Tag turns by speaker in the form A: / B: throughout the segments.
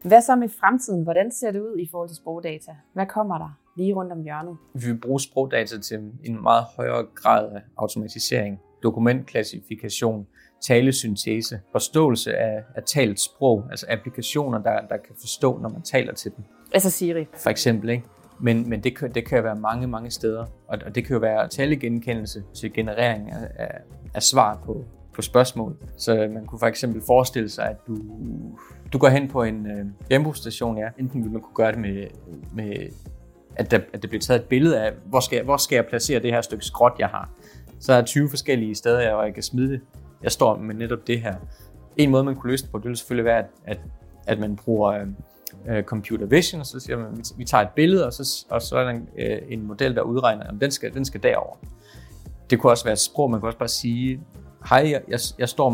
A: Hvad så med fremtiden? Hvordan ser det ud i forhold til sprogdata? Hvad kommer der lige rundt om hjørnet?
B: Vi vil bruge sprogdata til en meget højere grad af automatisering, dokumentklassifikation, talesyntese, forståelse af talt sprog, altså applikationer, der kan forstå, når man taler til dem.
A: Altså Siri.
B: For eksempel, ikke? Men det kan være mange steder, og det kan jo være talegenkendelse til generering af svar på spørgsmål. Så man kunne for eksempel forestille sig, at du går hen på en genbrugsstation, ja. Enten vil man kunne gøre det med at der bliver taget et billede af, hvor skal jeg placere det her stykke skrot, jeg har. Så er der 20 forskellige steder, hvor jeg kan smide det. Jeg står med netop det her. En måde, man kunne løse det på, det vil selvfølgelig være, at man bruger computer vision, og så siger man, at vi tager et billede, og så er der en model, der udregner, at den skal derover. Det kunne også være et sprog, man kunne også bare sige, hej, jeg står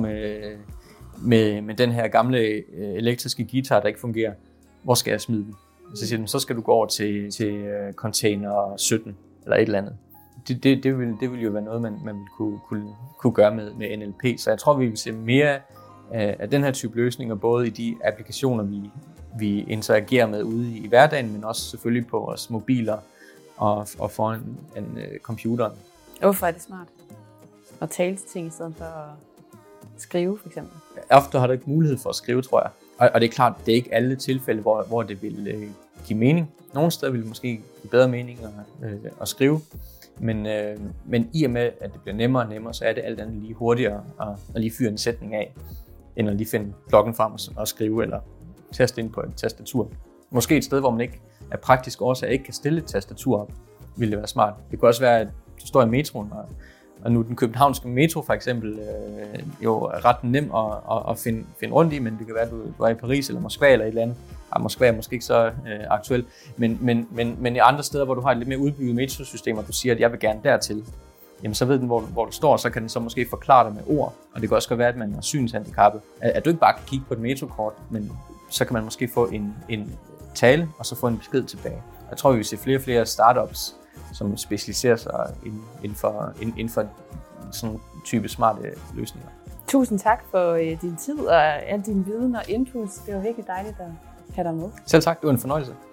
B: med den her gamle elektriske guitar, der ikke fungerer. Hvor skal jeg smide den? Og så siger den, så skal du gå over til container 17, eller et eller andet. Det vil jo være noget, man vil kunne gøre med NLP. Så jeg tror, vi vil se mere af den her type løsninger, både i de applikationer, vi interagerer med ude i hverdagen, men også selvfølgelig på vores mobiler og foran en computeren.
A: Hvorfor er det smart at tale til ting i stedet for at skrive, for eksempel?
B: Ofte har du ikke mulighed for at skrive, tror jeg. Og det er klart, det er ikke alle tilfælde, hvor det vil give mening. Nogle steder vil det måske give bedre mening at skrive. Men i og med, at det bliver nemmere og nemmere, så er det alt andet lige hurtigere at lige fyre en sætning af, end at lige finde klokken frem og skrive eller taste ind på et tastatur. Måske et sted, hvor man ikke af praktisk årsag ikke kan stille et tastatur op, ville det være smart. Det kunne også være, at du står i metroen, og nu den københavnske metro for eksempel jo er ret nem at finde rundt i, men det kan være, at du er i Paris eller Moskva eller et eller andet. Moskva er måske ikke så aktuel, men i andre steder, hvor du har et lidt mere udbygget metrosystem, og du siger, at jeg vil gerne dertil, jamen så ved den, hvor du står, så kan den så måske forklare dig med ord, og det kan også godt være, at man er synshandicappet. At du ikke bare kan kigge på et metrokort, men så kan man måske få en tale, og så få en besked tilbage. Jeg tror, vi vil se flere og flere startups, som specialiserer sig inden for sådan en type smarte løsninger.
A: Tusind tak for din tid og al din viden og input. Det var virkelig dejligt at have dig med.
B: Selv tak, det var en fornøjelse.